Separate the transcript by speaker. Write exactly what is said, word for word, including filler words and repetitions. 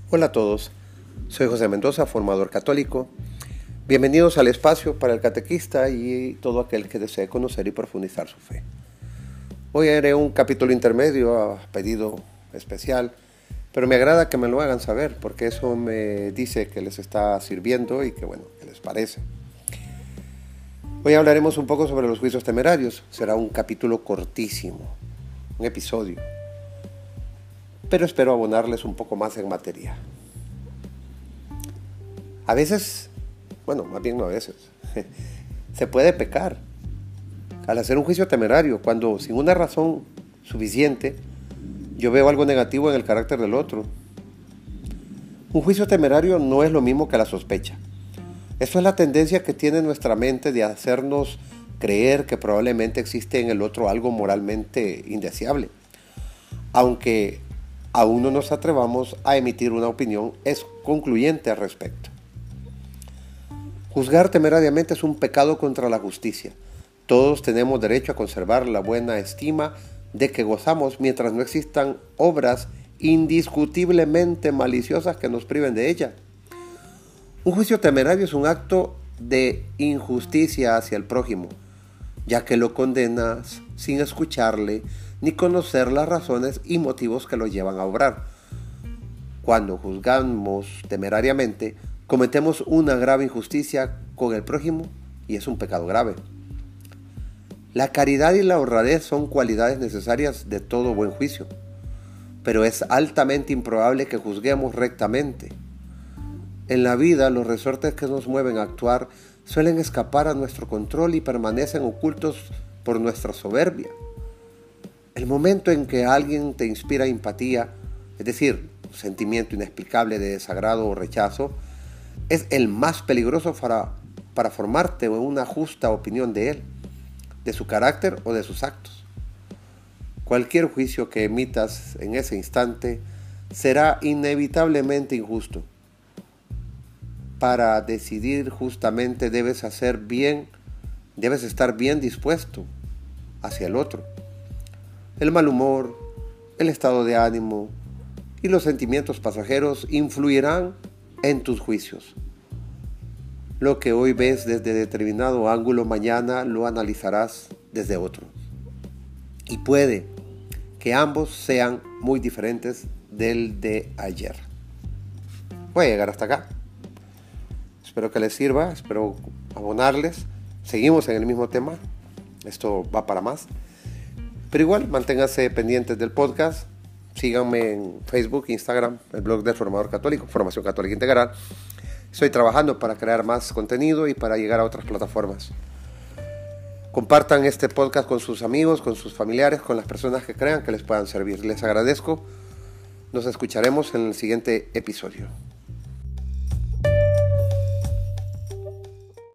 Speaker 1: Hola a todos, soy José Mendoza, formador católico. Bienvenidos al espacio para el catequista y todo aquel que desee conocer y profundizar su fe. Hoy haré un capítulo intermedio a pedido especial, pero me agrada que me lo hagan saber porque eso me dice que les está sirviendo y que bueno, que les parece. Hoy hablaremos un poco sobre los juicios temerarios. Será un capítulo cortísimo, un episodio, pero espero abonarles un poco más en materia. A veces, bueno, más bien no a veces, se puede pecar al hacer un juicio temerario cuando sin una razón suficiente yo veo algo negativo en el carácter del otro. Un juicio temerario no es lo mismo que la sospecha. Eso es la tendencia que tiene nuestra mente de hacernos creer que probablemente existe en el otro algo moralmente indeseable, aunque aún no nos atrevamos a emitir una opinión es concluyente al respecto. Juzgar temerariamente es un pecado contra la justicia. Todos tenemos derecho a conservar la buena estima de que gozamos mientras no existan obras indiscutiblemente maliciosas que nos priven de ella. Un juicio temerario es un acto de injusticia hacia el prójimo, ya que lo condenas sin escucharle ni conocer las razones y motivos que lo llevan a obrar. Cuando juzgamos temerariamente, cometemos una grave injusticia con el prójimo y es un pecado grave. La caridad y la honradez son cualidades necesarias de todo buen juicio, pero es altamente improbable que juzguemos rectamente. En la vida, los resortes que nos mueven a actuar suelen escapar a nuestro control y permanecen ocultos por nuestra soberbia. El momento en que alguien te inspira empatía, es decir, un sentimiento inexplicable de desagrado o rechazo, es el más peligroso para, para formarte una justa opinión de él, de su carácter o de sus actos. Cualquier juicio que emitas en ese instante será inevitablemente injusto. Para decidir justamente debes hacer bien, debes estar bien dispuesto hacia el otro. El mal humor, el estado de ánimo y los sentimientos pasajeros influirán en tus juicios. Lo que hoy ves desde determinado ángulo, mañana lo analizarás desde otro. Y puede que ambos sean muy diferentes del de ayer. Voy a llegar hasta acá. Espero que les sirva, espero abonarles. Seguimos en el mismo tema. Esto va para más. Pero igual, manténganse pendientes del podcast. Síganme en Facebook, Instagram, el blog del Formador Católico, Formación Católica Integral. Estoy trabajando para crear más contenido y para llegar a otras plataformas. Compartan este podcast con sus amigos, con sus familiares, con las personas que crean que les puedan servir. Les agradezco. Nos escucharemos en el siguiente episodio.